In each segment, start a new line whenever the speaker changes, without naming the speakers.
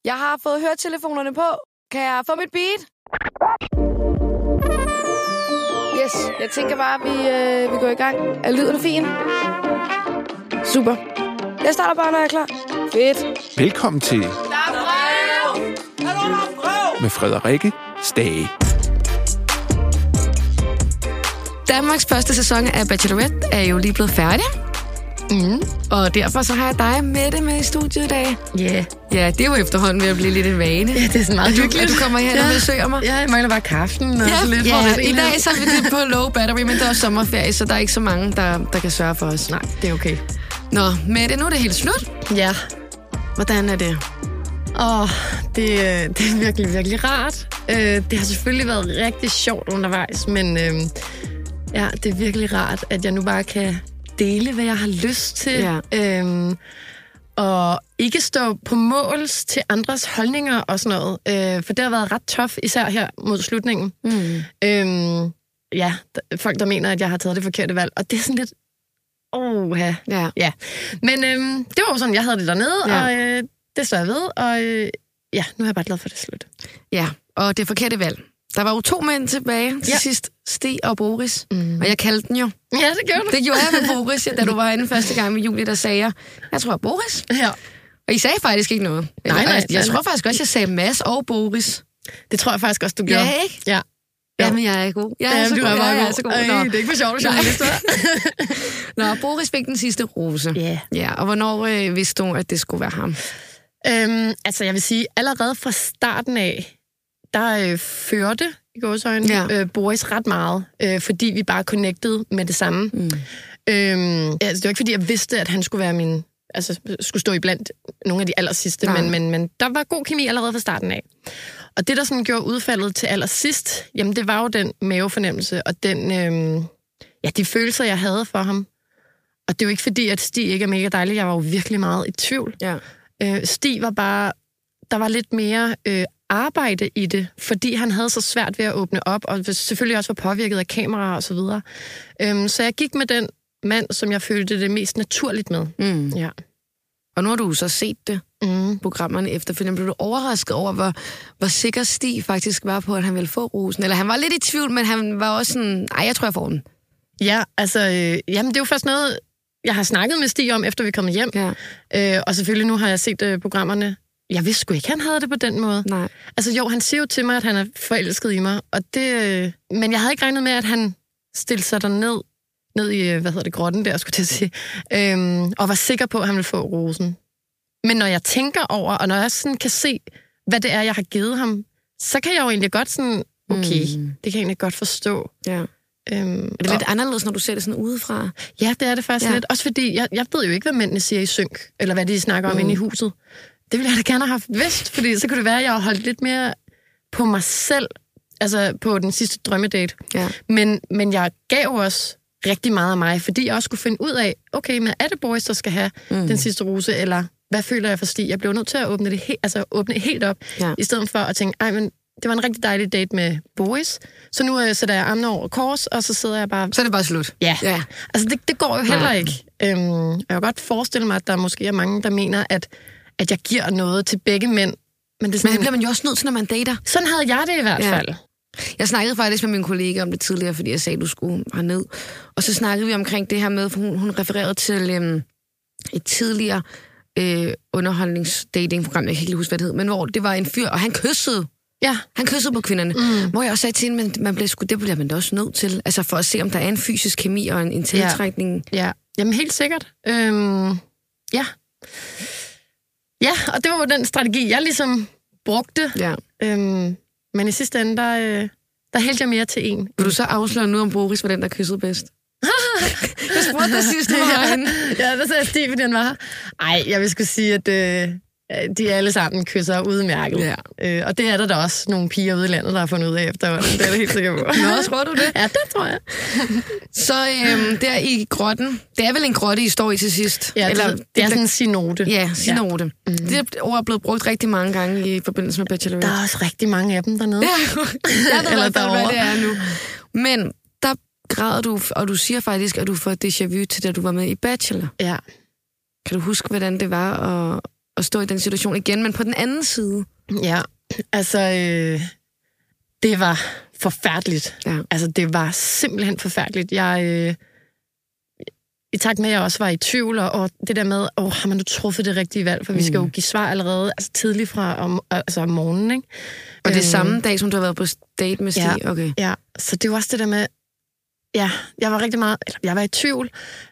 Jeg har fået høretelefonerne på. Kan jeg få mit beat? Yes, jeg tænker bare, at vi går i gang. Er lyden fin? Super. Jeg starter bare, når jeg er klar. Fedt.
Velkommen til
Der er brev!
med Frederikke Stage.
Danmarks første sæson af Bachelorette er jo lige blevet færdig. Og derfor så har jeg dig med i studiet i dag.
Yeah.
Ja, det er jo efterhånden ved at blive lidt en vane.
Ja, det er sådan meget hyggeligt.
At du kommer hen og besøger mig.
Ja, jeg mangler bare kaffen og så lidt.
Ja, i dag så er vi lidt på low battery, men det er sommerferie, så der er ikke så mange, der kan sørge for os.
Nej, det er okay.
Nå, Mette, nu er det helt slut.
Ja.
Hvordan er det?
Det er virkelig, virkelig rart. Det har selvfølgelig været rigtig sjovt undervejs, men ja, det er virkelig rart, at jeg nu bare kan dele, hvad jeg har lyst til. Ja. Og ikke stå på måls til andres holdninger og sådan noget. For det har været ret tough, især her mod slutningen. Ja, folk, der mener, at jeg har taget det forkerte valg. Og det er sådan lidt... Ja. Men det var jo sådan, jeg havde det dernede, og det står jeg ved. Og ja, nu er jeg bare glad for det slut.
Ja, og det forkerte valg. Der var jo 2 mænd tilbage til sidst, Stig og Boris. Og jeg kaldte den jo.
Ja, det gjorde du.
Det gjorde jeg med Boris, da du var inde første gang med Julie, der sagde jeg tror Boris.
Ja.
Og I sagde faktisk ikke noget.
Nej.
Jeg tror faktisk også, jeg sagde Mads og Boris.
Det tror jeg faktisk også, du gjorde.
Ja, ikke?
Ja.
Jamen, jeg er god. Jeg er så god.
Det er ikke for sjovt, journalist.
Nå, Boris fik den sidste rose.
Yeah.
Ja, og hvornår vidste du, at det skulle være ham?
Altså, jeg vil sige, allerede fra starten af, der førte i gåseøjne Boris ret meget, fordi vi bare connected med det samme. Altså, det var ikke, fordi jeg vidste, at han skulle være skulle stå iblandt nogle af de allersidste, men der var god kemi allerede fra starten af. Og det, der sådan gjorde udfaldet til allersidst, jamen det var jo den mavefornemmelse, og den, de følelser, jeg havde for ham. Og det er jo ikke fordi, at Stig ikke er mega dejlig, jeg var jo virkelig meget i tvivl. Ja. Stig var bare, der var lidt mere arbejde i det, fordi han havde så svært ved at åbne op, og selvfølgelig også var påvirket af kameraer og så videre. Så jeg gik med den mand, som jeg følte det mest naturligt med. Ja.
Og nu har du så set det, programmerne efterfølgende. Blev du overrasket over, hvor sikker Stig faktisk var på, at han ville få rosen? Eller han var lidt i tvivl, men han var også sådan, jeg tror, jeg får den.
Ja, altså, jamen det er jo først noget, jeg har snakket med Stig om, efter vi er kommet hjem. Ja. Og selvfølgelig nu har jeg set programmerne. Jeg vidste sgu ikke, han havde det på den måde.
Nej. Altså
jo, han siger jo til mig, at han er forelsket i mig, og det, men jeg havde ikke regnet med, at han stillede sig derned i, grotten der, skulle jeg sige, og var sikker på, at han ville få rosen. Men når jeg tænker over, og når jeg sådan kan se, hvad det er, jeg har givet ham, så kan jeg jo egentlig godt sådan, okay, det kan jeg egentlig godt forstå.
Ja. Er det lidt anderledes, når du ser det sådan udefra?
Ja, det er det faktisk lidt. Også fordi, jeg ved jo ikke, hvad mændene siger i synk, eller hvad de snakker om inde i huset. Det ville jeg da gerne have haft vidst, fordi så kunne det være, at jeg har holdt lidt mere på mig selv, altså på den sidste drømmedate. Ja. Men jeg gav også rigtig meget af mig, fordi jeg også skulle finde ud af, okay, men er det Boris, der skal have den sidste rose, eller hvad føler jeg for Stig? Jeg blev nødt til at åbne helt op, i stedet for at tænke, men det var en rigtig dejlig date med Boris, så nu sætter jeg armene over kors, og så sidder jeg bare...
Så er det bare slut.
Ja. Altså det går jo heller ikke. Jeg kan godt forestille mig, at der måske er mange, der mener, at jeg giver noget til begge mænd. Men det
bliver man jo også nødt til, når man dater.
Sådan havde jeg det i hvert fald.
Jeg snakkede faktisk med min kollega om det tidligere, fordi jeg sagde, at du skulle herned. Og så snakkede vi omkring det her med, for hun refererede til et tidligere underholdningsdatingprogram, jeg kan ikke huske, hvad det hed, men hvor det var en fyr, og han kyssede. Ja. Han kyssede på kvinderne. Hvor jeg også sagde til hende, men det bliver man da også nødt til, altså for at se, om der er en fysisk kemi og en tiltrækning.
Ja. Jamen helt sikkert. Ja. Ja, og det var jo den strategi, jeg ligesom brugte. Ja. Men i sidste ende, der hældte jeg mere til en.
Vil du så afsløre nu om Boris var den, der kyssede bedst? Jeg spurgte dig sidst, du var herinde.
Ja, der sagde Stig, fordi han var her. Ej, jeg vil skulle sige, at de alle sammen kysser udmærket. Ja. Og det er der da også nogle piger ude i landet, der har fundet ud af efterhånden. Det er da helt sikker på.
Nå, tror du det?
Ja, det tror jeg.
Så der i grotten, det er vel en grotte, I står i til sidst?
Ja, eller, det er sådan en synode.
Ja, synode. Ja. Det ord er blevet brugt rigtig mange gange i forbindelse med Bachelorette.
Der er også rigtig mange af dem dernede.
Ja, jeg ved hvad det er nu. Men der græder du, og du siger faktisk, at du får déjà vu til, da du var med i Bachelor.
Ja.
Kan du huske, hvordan det var at stå i den situation igen, men på den anden side.
Ja, altså, det var forfærdeligt. Ja. Altså, det var simpelthen forfærdeligt. I takt med, at jeg også var i tvivl, og det der med, har man nu truffet det rigtige valg, for vi skal jo give svar allerede tidligt fra om morgenen, ikke?
Og det er samme dag, som du har været på date med Stig?
Ja, okay. Ja, så det var også det der med, jeg var rigtig meget, jeg var i tvivl,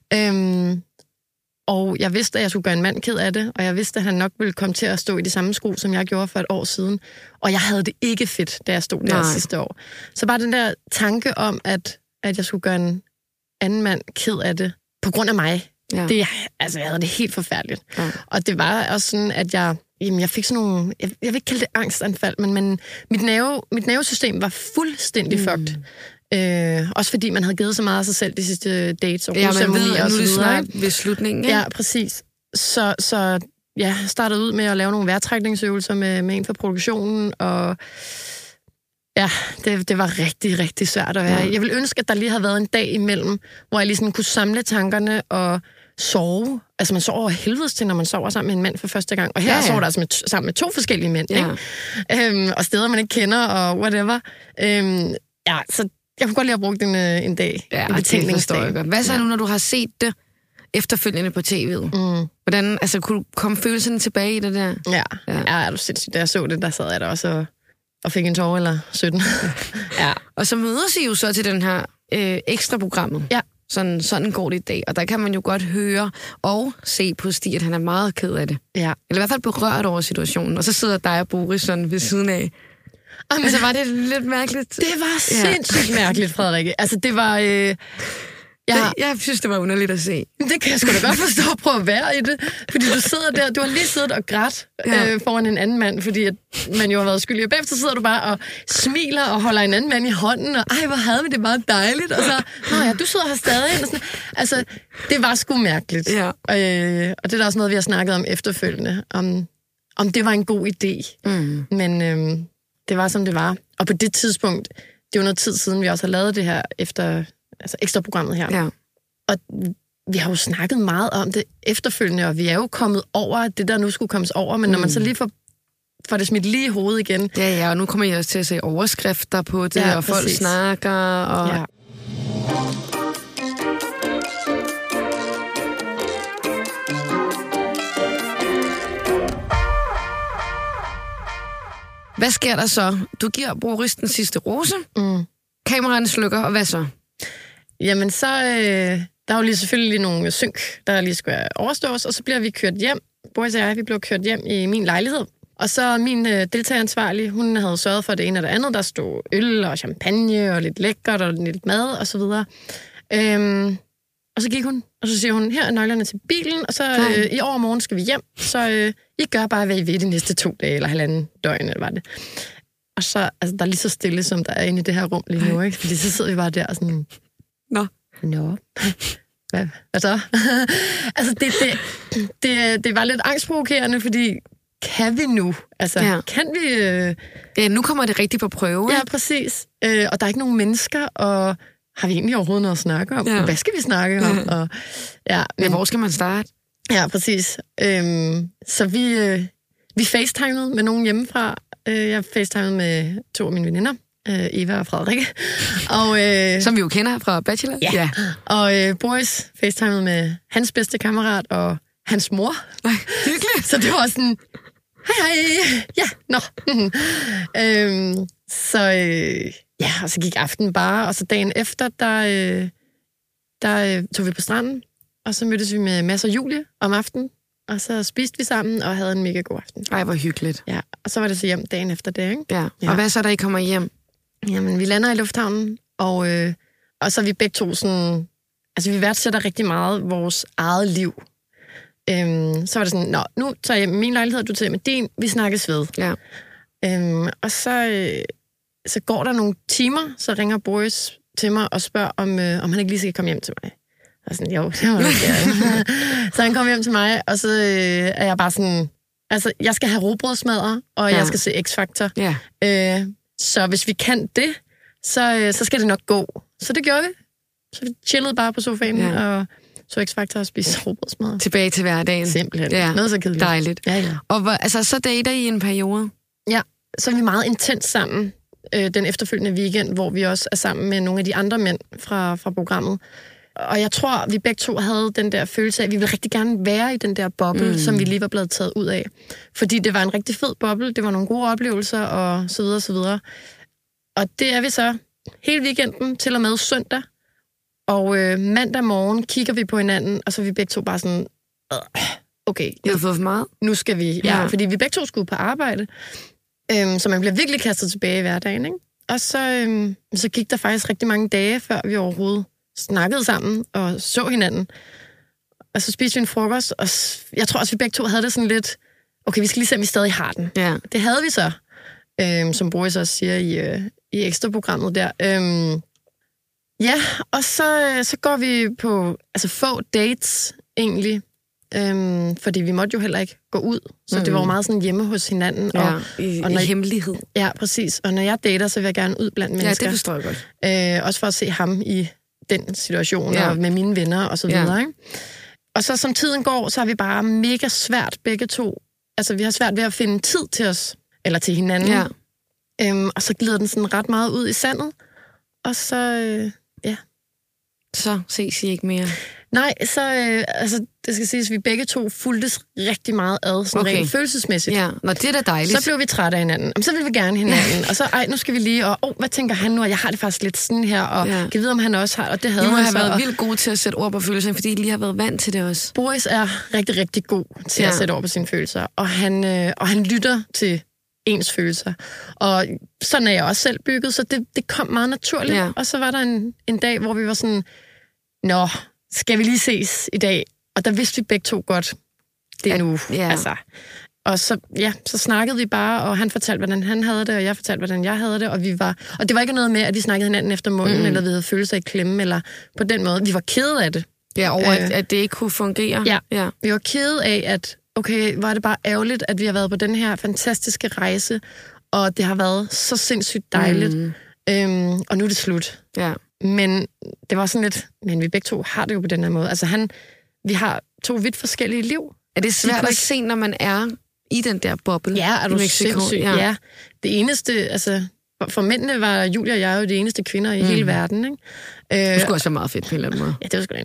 og jeg vidste, at jeg skulle gøre en mand ked af det, og jeg vidste, at han nok ville komme til at stå i de samme sko, som jeg gjorde for et år siden, og jeg havde det ikke fedt, da jeg stod der sidste år. Så bare den der tanke om, at jeg skulle gøre en anden mand ked af det, på grund af mig. Ja. Jeg havde det helt forfærdeligt. Ja. Og det var også sådan, at jeg fik sådan nogle, jeg vil ikke kalde det angstanfald, men mit nervesystem var fuldstændig fucked. Også fordi man havde givet så meget af sig selv de sidste dates og ceremonier og så videre. Nu er det snart ved slutningen. Ja, præcis. Så jeg startede ud med at lave nogle vejrtrækningsøvelser med en fra produktionen, og ja, det var rigtig, rigtig svært at være. Jeg ville ønske, at der lige havde været en dag imellem, hvor jeg lige sådan kunne samle tankerne og sove. Altså, man sover over helvedes til, når man sover sammen med en mand for første gang. Og her sover der altså sammen med 2 forskellige mænd, ikke? Og steder, man ikke kender, og whatever. Så jeg kunne godt lige have brugt en dag. Ja, en betænkningsdag.
Hvad så nu, når du har set det efterfølgende på tv'et? Hvordan, altså, kunne du komme følelserne tilbage i det der?
Ja, er du sindssygt. Da jeg så det, der sad jeg der også og fik en tår eller 17.
Ja. Og så mødes I jo så til den her ekstra programmet. Ja. Sådan går det i dag. Og der kan man jo godt høre og se på Stig, at han er meget ked af det. Ja. Eller i hvert fald berørt over situationen. Og så sidder dig og Boris sådan ved siden af. Altså, var det lidt mærkeligt?
Det var sindssygt mærkeligt, Frederikke. Altså, det var...
Jeg synes, det var underligt at se.
Det kan jeg sgu da godt forstå at prøve at være i det. Fordi du sidder der, du har lige siddet og grædt foran en anden mand, fordi at man jo har været skyldig. Og bagefter sidder du bare og smiler og holder en anden mand i hånden, og hvor havde vi det meget dejligt. Og så, du sidder her stadig. Og sådan. Altså, det var sgu mærkeligt. Ja. Og det er da også noget, vi har snakket om efterfølgende, om det var en god idé. Men det var, som det var. Og på det tidspunkt, det var noget tid siden, vi også har lavet det her ekstra programmet her. Ja. Og vi har jo snakket meget om det efterfølgende, og vi er jo kommet over det, der nu skulle kommes over, men når man så lige får det smidt lige i hovedet igen.
Ja, og nu kommer jeg også til at se overskrifter på det, og præcis. Folk snakker, og... Ja. Hvad sker der så? Du giver Boris den sidste rose. Kameraerne slukker, og hvad så?
Jamen, så der er jo lige selvfølgelig nogle synk, der lige skal overstås, og så bliver vi kørt hjem. Boris og jeg, vi blev kørt hjem i min lejlighed. Og så min deltageransvarlig, hun havde sørget for det ene og det andet. Der stod øl og champagne og lidt lækkert og lidt mad og så videre. Og så gik hun, og så siger hun, her er nøglerne til bilen, og så i overmorgen skal vi hjem. Så I gør bare, hvad I vil de næste 2 dage, eller 1,5 døgn, eller var det. Og så, altså, der er lige så stille, som der er inde i det her rum lige nu, ikke? Fordi så sidder vi bare der og sådan... Nå. Hvad så? Altså, det var lidt angstprovokerende, fordi kan vi nu? Altså, kan vi...
Ja, nu kommer det rigtigt på prøve.
Ja, præcis. Og der er ikke nogen mennesker, og har vi egentlig overhovedet noget at snakke om? Ja. Hvad skal vi snakke om? Og,
men hvor skal man starte?
Ja, præcis. Så vi facetimede med nogen hjemmefra. Jeg facetimede med 2 af mine veninder. Eva og Frederikke. Og,
som vi jo kender fra Bachelor.
Ja. Og Boris facetimede med hans bedste kammerat og hans mor.
Hyggeligt.
Så det var sådan, hej. Ja, nå. Og så gik aftenen bare, og så dagen efter, der tog vi på stranden, og så mødtes vi med Mads og Julie om aftenen, og så spiste vi sammen og havde en mega god aften.
Ej, hvor hyggeligt.
Ja, og så var det så hjem dagen efter det, ikke?
Ja. Og hvad så, da I kommer hjem?
Jamen, vi lander i lufthavnen, og så er vi begge to sådan... Altså, vi værdsætter rigtig meget vores eget liv. Så var det sådan, nu tager jeg min lejlighed, du tager med din, vi snakkes ved. Ja. Og så går der nogle timer, så ringer Boris til mig og spørger, om han ikke lige skal komme hjem til mig. Og sådan, jo, det var nok gerne. Så han kom hjem til mig, og så er jeg bare sådan... Altså, jeg skal have rugbrødsmadder, og jeg skal se X-Factor. Ja. Så hvis vi kan det, så skal det nok gå. Så det gjorde vi. Så vi chillede bare på sofaen og Så X-Factor og spise rugbrødsmad.
Tilbage til hverdagen.
Simpelthen. Ja. Noget så kedeligt.
Dejligt.
Ja.
Og så dater I en periode?
Ja, så er vi meget intens sammen den efterfølgende weekend, hvor vi også er sammen med nogle af de andre mænd fra programmet. Og jeg tror, vi begge to havde den der følelse af, at vi ville rigtig gerne være i den der boble, som vi lige var blevet taget ud af. Fordi det var en rigtig fed boble, det var nogle gode oplevelser, og så videre, så videre. Og det er vi så hele weekenden til og med søndag. Og mandag morgen kigger vi på hinanden, og så er vi begge to bare sådan, okay.
Jeg har fået for meget.
Nu skal vi, fordi vi begge to skulle på arbejde. Så man bliver virkelig kastet tilbage i hverdagen, ikke? Og så gik der faktisk rigtig mange dage, før vi overhovedet snakkede sammen og så hinanden. Og så spiste vi en frokost, og jeg tror også, vi begge to havde det sådan lidt, okay, vi skal lige se, om vi stadig har den.
Ja.
Det havde vi så, som Boris også siger i Ekstra-programmet der. Ja, og så går vi på få dates egentlig, fordi vi måtte jo heller ikke gå ud, så det var jo meget sådan hjemme hos hinanden.
Ja, og i hemmelighed.
Ja, præcis. Og når jeg dater, så vil jeg gerne ud blandt mennesker.
Ja, det forstår jeg godt.
Også for at se ham i den situation, og med mine venner og så videre, ikke? Og så som tiden går, så har vi bare mega svært begge to. Altså, vi har svært ved at finde tid til os, eller til hinanden. Ja. Og så glider den sådan ret meget ud i sandet. Og så,
Så ses I ikke mere?
Nej, så det skal siges, at vi begge to fulgtes rigtig meget ad, sådan rent følelsesmæssigt.
Ja, og det er da dejligt.
Så blev vi trætte af hinanden. Så ville vi gerne hinanden. Og så, nu skal vi lige, og hvad tænker han nu? Og jeg har det faktisk lidt sådan her, og kan vide, om han også har, og det havde
han. I må have været
og
vildt gode til at sætte ord på følelserne, fordi I lige har været vant til det også.
Boris er rigtig, rigtig god til at sætte ord på sine følelser, og han lytter til ens følelser. Og sådan er jeg også selv bygget, så det kom meget naturligt. Ja. Og så var der en dag, hvor vi var sådan, nå, skal vi lige ses i dag? Og der vidste vi begge to godt, det er nu. Ja. Altså. Og så snakkede vi bare, og han fortalte, hvordan han havde det, og jeg fortalte, hvordan jeg havde det, og det var ikke noget med, at vi snakkede hinanden efter munden, eller vi havde følelser i klemme, eller på den måde. Vi var kede af det.
Ja, over at det ikke kunne fungere.
Ja. Vi var kede af, at okay, var det bare ærgerligt, at vi har været på den her fantastiske rejse, og det har været så sindssygt dejligt. Og nu er det slut.
Ja.
Men det var sådan lidt, men vi begge to har det jo på den her måde. Altså vi har to vidt forskellige liv.
Er det svært at se, når man er i den der boble?
Ja, er du sindssygt? Ja. Det eneste, altså for mændene var Julia og jeg jo de eneste kvinder i hele verden, ikke?
Det skulle også være meget fedt på en eller anden måde.
Ja, det var sgu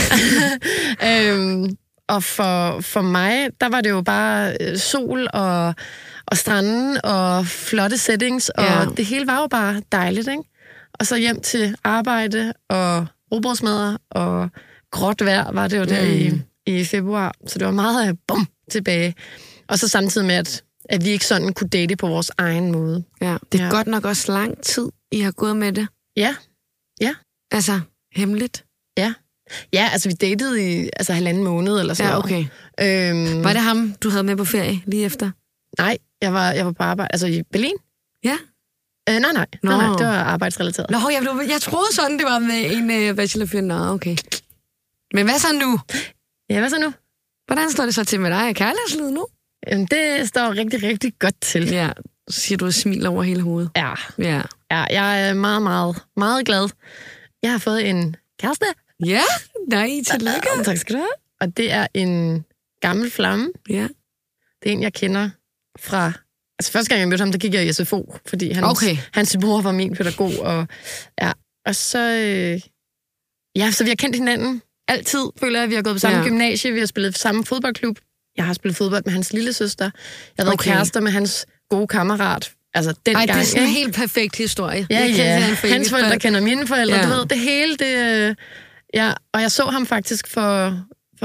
da en og for mig, der var det jo bare sol og stranden og flotte settings, og det hele var jo bare dejligt, ikke? Og så hjem til arbejde og rugbrødsmadder og gråt vejr var det jo der i februar. Så det var meget tilbage. Og så samtidig med, at vi ikke sådan kunne date på vores egen måde.
Ja, det er godt nok også lang tid, I har gået med det.
Ja.
Altså, hemmeligt.
Ja, altså vi datede i 1,5 måned eller sådan
noget. Okay. Var det ham, du havde med på ferie lige efter?
Nej, jeg var på arbejde. Altså i Berlin?
Ja.
Nej, det var arbejdsrelateret.
Nå, jeg troede sådan, det var med en bachelorfilm. Nå, okay. Men hvad så nu?
Ja, hvad så nu?
Hvordan står det så til med dig og kærlighedslivet nu?
Jamen, det står rigtig, rigtig godt til.
Ja, siger du smil over hele hovedet.
Ja, jeg er meget, meget, meget glad. Jeg har fået en kæreste.
Ja, nej, tillykke.
Tak skal du have. Og det er en gammel flamme.
Ja.
Det er en, jeg kender fra... Altså første gang, jeg mødte ham, der gik jeg i SFO, fordi hans mor var min pædagog. Og så... så vi har kendt hinanden altid, føler jeg. Vi har gået på samme gymnasie, vi har spillet samme fodboldklub. Jeg har spillet fodbold med hans lille søster. Jeg har været kærester med hans gode kammerat. Altså den gang.
Det er sådan en helt perfekt historie.
Ja. Hans forældre kender mine forældre. Du ved, det hele, det... og jeg så ham faktisk for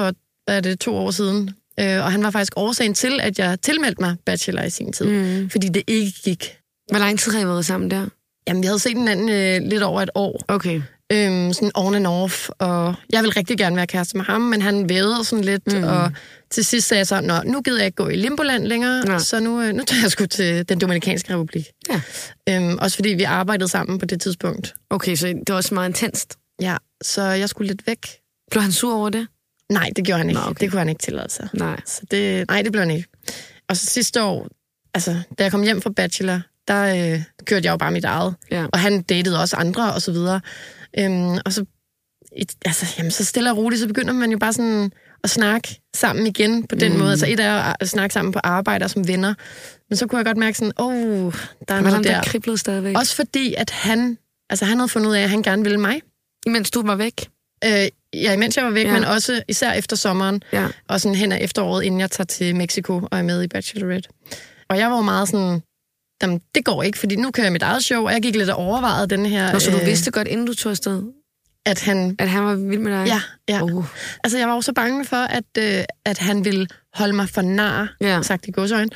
2 år siden. Og han var faktisk årsagen til, at jeg tilmeldte mig bachelor i sin tid. Fordi det ikke gik.
Hvor lang tid har I været sammen der?
Jamen, vi havde set hinanden lidt over et år.
Okay.
Sådan on and off. Og jeg ville rigtig gerne være kæreste med ham, men han vævede sådan lidt. Og til sidst sagde jeg så, nu gider jeg ikke gå i Limboland længere, så nu tager jeg sgu til den Dominikanske Republik. Ja. Også fordi vi arbejdede sammen på det tidspunkt.
Okay, så det var også meget intenst.
Ja, så jeg skulle lidt væk.
Blev han sur over det?
Nej, det gjorde han ikke.
Nå, okay.
Det kunne han ikke tillade sig.
Nej.
Så det blev han ikke. Og så sidste år, altså, da jeg kom hjem fra bachelor, der kørte jeg jo bare mit eget. Ja. Og han datede også andre, og så videre. Og så så stille og roligt, så begynder man jo bare sådan at snakke sammen igen på den måde. Altså et er at snakke sammen på arbejde og som venner. Men så kunne jeg godt mærke sådan, der er noget der.
Kriblede stadigvæk.
Også fordi, at han havde fundet ud af, at han gerne ville mig.
Imens du var væk?
Imens jeg var væk, men også især efter sommeren. Ja. Og sådan hen ad efteråret, inden jeg tager til Mexico og er med i Bachelorette. Og jeg var meget sådan, det går ikke, fordi nu kører jeg mit eget show, og jeg gik lidt og overvejede den her...
Så du vidste godt, inden du tog afsted? At han var vild med dig?
Ja. Altså, jeg var jo så bange for, at han ville holde mig for nar, sagt i godsøjne,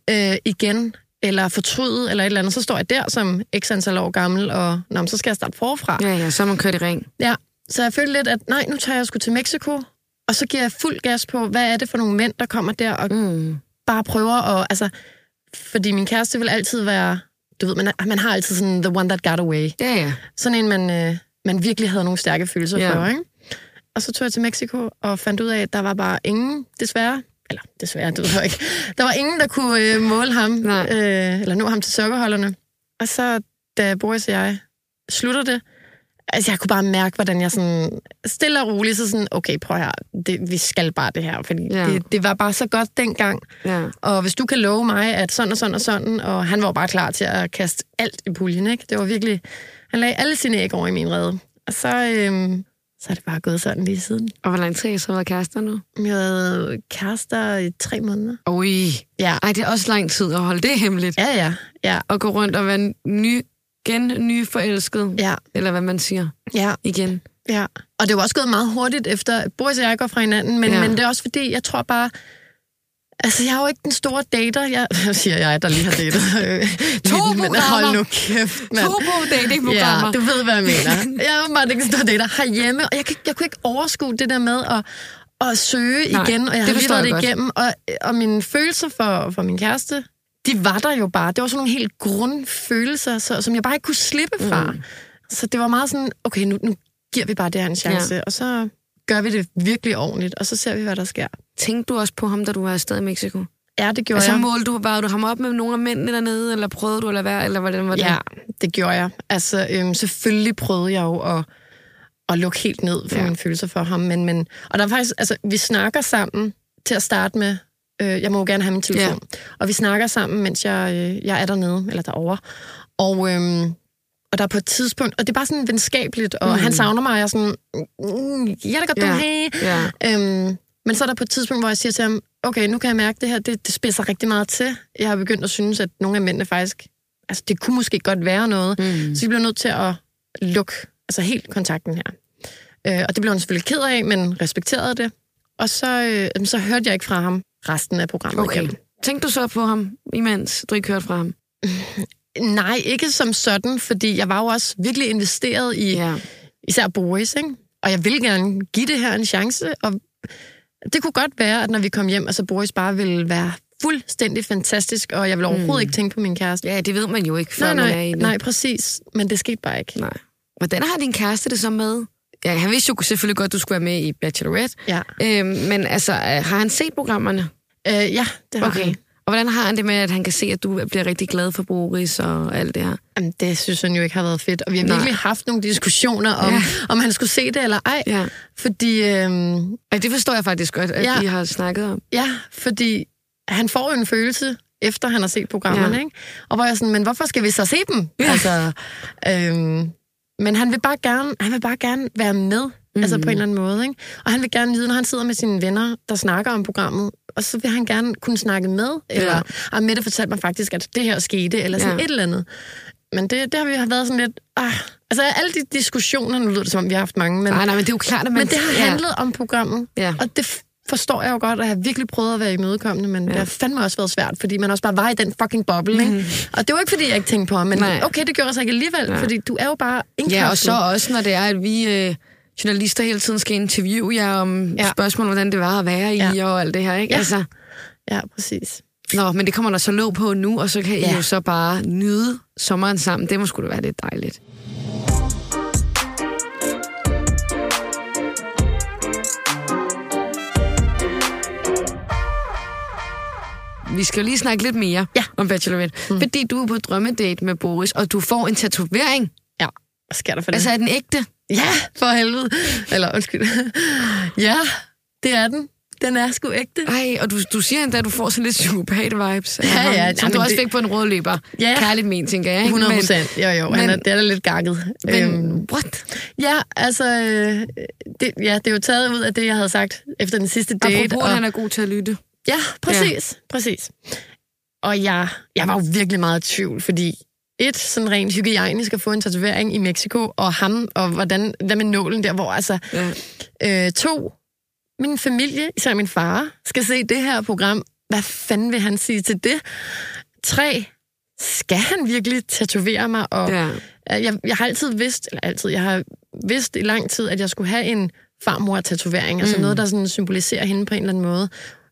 igen, eller fortryde, eller et eller andet. Så står jeg der som x antal år gammel, og så skal jeg starte forfra.
Ja, så er man kørt i ring.
Ja, så jeg følte lidt, at nej, nu tager jeg sgu til Mexico, og så giver jeg fuld gas på, hvad er det for nogle mænd, der kommer der, og bare prøver at... Altså, fordi min kæreste vil altid være... Du ved, man har altid sådan the one that got away.
Ja.
Sådan en, man virkelig havde nogle stærke følelser for, ikke? Og så tog jeg til Mexico og fandt ud af, at der var bare ingen, desværre, det ved jeg ikke, der var ingen, der kunne måle ham, eller nå ham til sokkerholderne. Og så, da Boris og jeg slutter det, altså jeg kunne bare mærke, hvordan jeg sådan stille og roligt, så sådan, okay, prøv her, vi skal bare det her, fordi det var bare så godt dengang. Ja. Og hvis du kan love mig, at sådan og sådan og sådan, og han var jo bare klar til at kaste alt i puljen, ikke? Det var virkelig, han lagde alle sine æg over i min rede. Og så er det bare gået sådan lige siden.
Og hvor lang tid har I så været kærester nu?
Jeg har været kærester i 3 måneder.
Ja. Ej, det er også lang tid at holde det hemmeligt.
Ja.
Og gå rundt og være nyforelsket. Ja. Eller hvad man siger.
Ja.
Igen.
Ja. Og det var også gået meget hurtigt efter, Boris og jeg går fra hinanden, men det er også fordi, jeg tror bare, altså, jeg er jo ikke den store dater. Siger jeg, der lige har datet.
2 programmer.
Hold nu kæft, mand.
2 datingprogrammer.
Ja, du ved, hvad jeg mener. Jeg er bare ikke en stor dater herhjemme, og jeg kunne ikke overskue det der med at søge igen, og jeg har lige været det igennem. Og mine følelser for min kæreste, de var der jo bare. Det var sådan nogle helt grundfølelser, som jeg bare ikke kunne slippe fra. Så det var meget sådan, okay, nu giver vi bare det her en chance, og så gør vi det virkelig ordentligt, og så ser vi, hvad der sker.
Tænkte du også på ham, da du var afsted i Mexico?
Ja, det gjorde jeg.
Altså varede du ham op med nogle af mændene dernede, eller prøvede du at lade være, eller hvordan var det?
Ja, det gjorde jeg. Altså, selvfølgelig prøvede jeg jo at lukke helt ned for mine følelser for ham, men og der er faktisk, altså, vi snakker sammen til at starte med, jeg må jo gerne have min telefon, og vi snakker sammen, mens jeg er dernede, eller derovre, og der er på et tidspunkt, og det er bare sådan venskabeligt, og han savner mig, og jeg er sådan, ja, det godt, du hey. Men så er der på et tidspunkt, hvor jeg siger til ham, okay, nu kan jeg mærke det her, det spidser rigtig meget til. Jeg har begyndt at synes, at nogle af mændene faktisk, altså det kunne måske godt være noget, så vi bliver nødt til at lukke, altså helt kontakten her. Og det blev han selvfølgelig ked af, men respekterede det. Og så hørte jeg ikke fra ham resten af programmet.
Okay. Tænkte du så på ham, imens du ikke hørte fra ham?
Nej, ikke som sådan, fordi jeg var jo også virkelig investeret i især Boris, ikke? Og jeg ville gerne give det her en chance, og det kunne godt være, at når vi kom hjem, altså Boris bare ville være fuldstændig fantastisk, og jeg ville overhovedet ikke tænke på min kæreste.
Ja, det ved man jo ikke, før man er i det.
Nej, præcis. Men det skete bare ikke.
Nej. Hvordan har din kæreste det så med? Ja, han vidste jo selvfølgelig godt, at du skulle være med i Bachelorette. Ja. Men altså, har han set programmerne?
Ja, det har han.
Og hvordan har han det med, at han kan se, at du bliver rigtig glad for Boris og alt det her?
Jamen, det synes han jo ikke har været fedt. Og vi har virkelig haft nogle diskussioner om han skulle se det eller ej. Ja. Fordi...
det forstår jeg faktisk godt, at I har snakket om.
Ja, fordi han får jo en følelse, efter han har set programmerne, ikke? Og hvor jeg sådan, men hvorfor skal vi så se dem? Ja. Altså, men han vil bare gerne være med, altså på en eller anden måde, ikke? Og han vil gerne vide, når han sidder med sine venner, der snakker om programmet, og så vil han gerne kunne snakke med, eller Mette fortalte mig faktisk, at det her skete, eller sådan et eller andet. Men det har vi været sådan lidt... altså alle de diskussioner, nu lyder det som om, vi har haft mange, men...
Nej, men det er jo klart, at man...
Men det har handlet om programmet, og det forstår jeg jo godt, at jeg har virkelig prøvet at være imødekommende, men det har fandme også været svært, fordi man også bare var i den fucking boble, ikke? Og det var ikke, fordi jeg ikke tænkte på ham, men okay, det gjorde jeg så ikke alligevel, fordi du er jo bare indkapslet.
Ja, og så også, når det er, at vi... journalister hele tiden skal interviewe jer om spørgsmål, hvordan det var at være i og alt det her, ikke?
Ja,
altså.
Ja, præcis.
Nå, men det kommer der så låg på nu, og så kan I jo så bare nyde sommeren sammen. Det må sgu da være lidt dejligt. Vi skal jo lige snakke lidt mere om Bachelorette. Fordi du er på drømmedate med Boris, og du får en tatovering.
Ja, hvad sker der for det?
Altså, er den ægte?
Ja, for helvede. Eller, undskyld. Ja, det er den. Den er sgu ægte.
Ej, og du siger endda, at du får sådan lidt psykopat-vibes.
Ja.
Som du også fik på en rød løber. Ja. Kærligt men, tænker jeg. Ikke?
100%. Jo. Det er da lidt gakket.
Men, what?
Ja, altså... det er jo taget ud af det, jeg havde sagt efter den sidste date.
Apropos, han er god til at lytte.
Ja, præcis. Og jeg var jo virkelig meget i tvivl, fordi sådan rent hygiejnisk at få en tatovering i Mexico, og ham, og hvordan der med nålen der, hvor altså... Ja. 2... Min familie, især min far, skal se det her program. Hvad fanden vil han sige til det? 3, skal han virkelig tatovere mig? Og jeg har jeg har vidst i lang tid, at jeg skulle have en farmor-tatovering. Altså noget, der sådan symboliserer hende på en eller anden måde.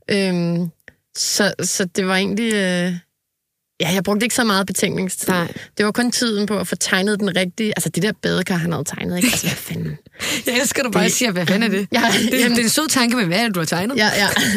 Så det var egentlig... jeg brugte ikke så meget betænkningstid. Nej. Det var kun tiden på at få tegnet den rigtige... Altså, det der badekar, han havde tegnet, ikke? Altså, hvad fanden?
Jeg elsker, du bare siger, hvad fanden er det? Det er en sød tanke, men hvad er det, du har tegnet?
Ja.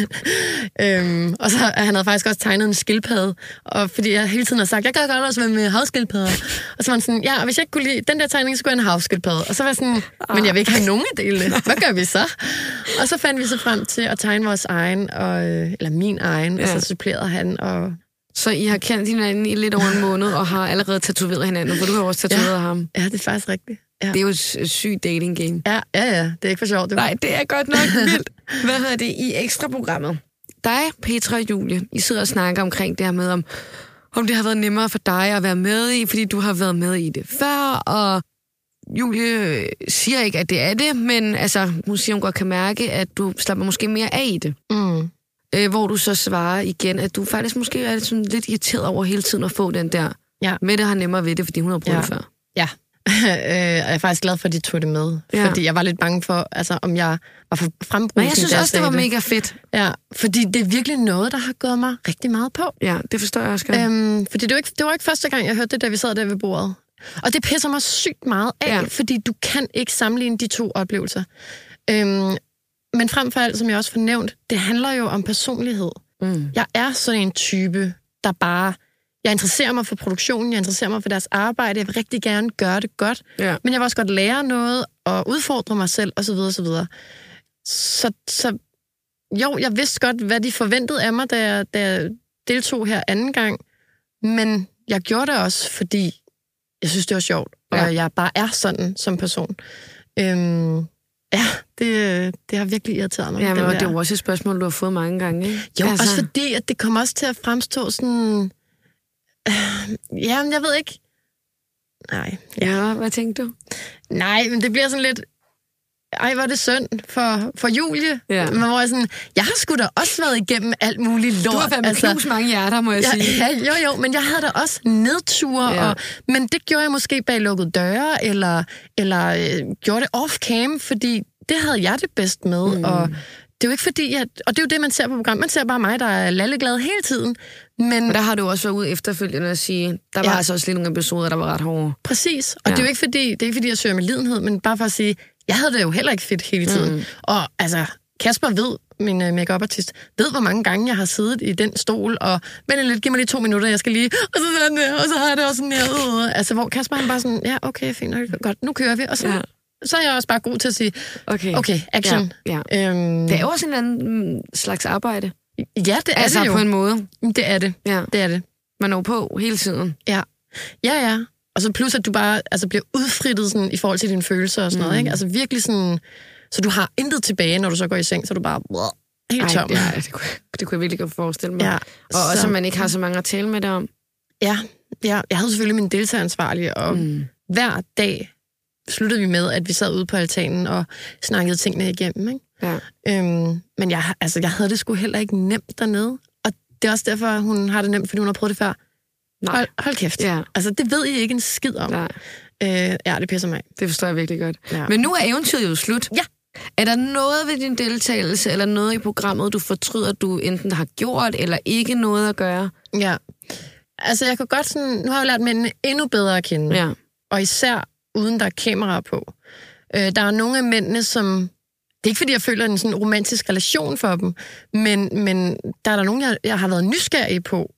Og så han havde faktisk også tegnet en skildpadde, og fordi jeg hele tiden har sagt, jeg kan godt også være med havskildpadder. Og så var han sådan, ja, hvis jeg ikke kunne lide den der tegning, så skulle jeg en havskildpadde. Og så var jeg sådan, men jeg vil ikke have nogen af delene. Hvad gør vi så? Og så fandt vi så frem til at tegne vores egen, eller min egen, og så supplerede han, og...
Så I har kendt hinanden i lidt over en måned, og har allerede tatoveret hinanden, for du har også tatoveret ham.
Ja, det er faktisk rigtigt. Ja.
Det er jo et sygt dating game.
Ja. Det er ikke for sjovt.
Nej, det er godt nok vildt. Hvad hedder det i Ekstra-programmet? Dig, Petra og Julie, I sidder og snakker omkring det her med, om det har været nemmere for dig at være med i, fordi du har været med i det før, og Julie siger ikke, at det er det, men altså, hun siger, hun godt kan mærke, at du slapper måske mere af i det. Hvor du så svarer igen, at du faktisk måske er sådan lidt irriteret over hele tiden at få den der. Ja. Mette har nemmere ved det, fordi hun har prøvet det før.
Ja, jeg er faktisk glad for, at de tog det med. Ja. Fordi jeg var lidt bange for, altså, om jeg var for frembrusende.
Men jeg synes også, det var mega fedt.
Ja, fordi det er virkelig noget, der har gået mig rigtig meget på.
Ja, det forstår jeg også godt.
Fordi det var ikke første gang, jeg hørte det, da vi sad der ved bordet. Og det pisser mig sygt meget af, fordi du kan ikke sammenligne de to oplevelser. Men frem for alt, som jeg også fornævnt, det handler jo om personlighed. Jeg er sådan en type, der bare... Jeg interesserer mig for produktionen, jeg interesserer mig for deres arbejde, jeg vil rigtig gerne gøre det godt, men jeg vil også godt lære noget og udfordre mig selv, osv. osv. Så jo, jeg vidste godt, hvad de forventede af mig, da jeg deltog her anden gang, men jeg gjorde det også, fordi jeg synes, det var sjovt, og jeg bare er sådan som person. Ja, det har virkelig irriteret mig.
Ja, men det er jo også et spørgsmål, du har fået mange gange, ikke?
Jo, altså... også fordi, at det kommer også til at fremstå sådan... men jeg ved ikke... Nej.
Ja, hvad tænkte du?
Nej, men det bliver sådan lidt... Ej, hvor er det synd for Julie. Ja. Men hvor jeg sådan... Jeg har sgu da også været igennem alt muligt lort. Du
har fandme knust mange hjerter, må jeg sige.
Ja, jo, men jeg havde da også nedture. Men det gjorde jeg måske bag lukkede døre, eller gjorde det off-cam, fordi det havde jeg det bedst med. Og det er jo ikke fordi, og det er jo det, man ser på programmet. Man ser bare mig, der er lalleglad hele tiden. Men
der har du også været ude efterfølgende at sige, der var altså også lige nogle episoder, der var ret hårde. Præcis.
Og det er jo ikke fordi, jeg søger med lidenhed, men bare for at sige, jeg havde det jo heller ikke fedt hele tiden. Og altså, Kasper ved, min make-up-artist, ved, hvor mange gange jeg har siddet i den stol, og vent lidt, giv mig lige 2 minutter, jeg skal lige, og så sådan der, og så har jeg det også sådan her. Altså, hvor Kasper han bare sådan, ja, okay, fint, godt, nu kører vi, og så er jeg også bare god til at sige, okay, action.
Ja. Det er jo også en anden slags arbejde.
Ja, det er altså, det jo.
På en måde.
Det er det.
Ja.
Det er det.
Man er jo på hele tiden.
Ja. Og så plus, at du bare bliver udfrittet sådan, i forhold til dine følelser og sådan noget, ikke? Altså virkelig sådan, så du har intet tilbage, når du så går i seng, så du bare helt tom.
Det kunne jeg virkelig godt forestille mig. Ja, og også, at man ikke har så mange at tale med dig om.
Ja. Jeg havde selvfølgelig min deltageransvarlige, og hver dag sluttede vi med, at vi sad ude på altanen og snakkede tingene igennem, ikke? Ja. Men jeg havde det sgu heller ikke nemt dernede. Og det er også derfor, hun har det nemt, fordi hun har prøvet det før. Hold kæft. Ja. Altså, det ved I ikke en skid om. Det pisser mig.
Det forstår jeg virkelig godt. Ja. Men nu er eventyret jo slut. Ja. Er der noget ved din deltagelse, eller noget i programmet, du fortryder, du enten har gjort, eller ikke noget at gøre? Ja.
Altså, jeg kan godt sådan... Nu har jeg lært mændene endnu bedre at kende. Ja. Og især uden der er kameraer på. Der er nogle af mændene, som... Det er ikke, fordi jeg føler en sådan romantisk relation for dem, men der er nogen, jeg har været nysgerrig på,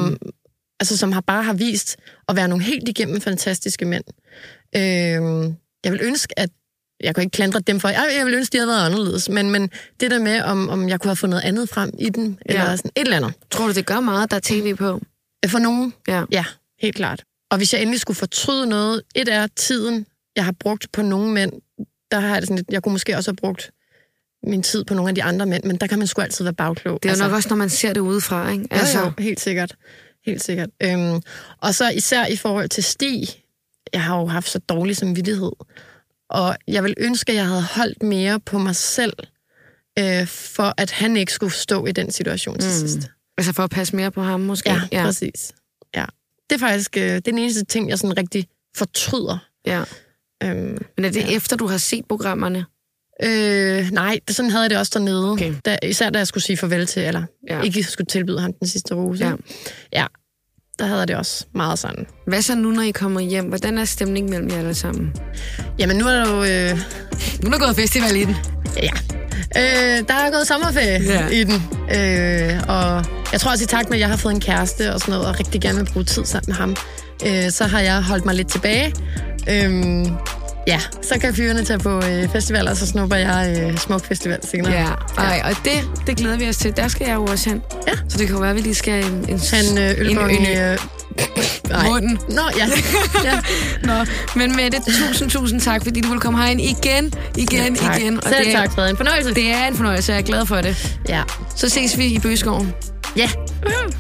som bare har vist at være nogle helt igennem fantastiske mænd. Jeg vil ønske, at jeg kan ikke klandre dem for, jeg ville ønske, de havde været anderledes, men det der med, om jeg kunne have fundet noget andet frem i den, eller sådan et eller andet.
Tror du, det gør meget, der er tv på?
For nogen? Ja, helt klart. Og hvis jeg endelig skulle fortryde noget, et er tiden, jeg har brugt på nogle mænd, der har jeg det sådan lidt, jeg kunne måske også have brugt min tid på nogle af de andre mænd, men der kan man sgu altid være bagklog.
Det er jo nok også, når man ser det udefra, ikke?
Altså. Jo, helt sikkert. Helt sikkert. Og så især i forhold til Stig, jeg har jo haft så dårlig samvittighed, og jeg vil ønske, at jeg havde holdt mere på mig selv, for at han ikke skulle stå i den situation til sidst.
Altså for at passe mere på ham, måske?
Ja, præcis. Ja. Det er faktisk den eneste ting, jeg sådan rigtig fortryder.
Ja. Men er det efter, du har set programmerne?
Nej, sådan havde jeg det også dernede. Okay. Især da jeg skulle sige farvel til, eller ikke skulle tilbyde ham den sidste rose. Ja, der havde jeg det også meget sådan.
Hvad så nu, når I kommer hjem? Hvordan er stemningen mellem jer alle sammen?
Jamen, nu er der jo...
Nu er der gået festival i den.
Ja. Der er gået sommerferie i den. Og jeg tror også i takt med, at jeg har fået en kæreste og sådan noget, og rigtig gerne vil bruge tid sammen med ham, så har jeg holdt mig lidt tilbage. Ja, så kan fyrene tage på festivaler, og så snupper jeg Smuk Festival senere.
Ja, og det glæder vi os til. Der skal jeg jo også hen. Ja. Så det kan jo være, at vi lige skal
en ølbong i
munden.
Nå, ja.
Nå, men Mette, tusind tak, fordi du vil komme herind igen.
Og selv tak, Frederik. En fornøjelse.
Det er en fornøjelse, jeg er glad for det.
Ja.
Så ses vi i Bøgeskoven.
Ja.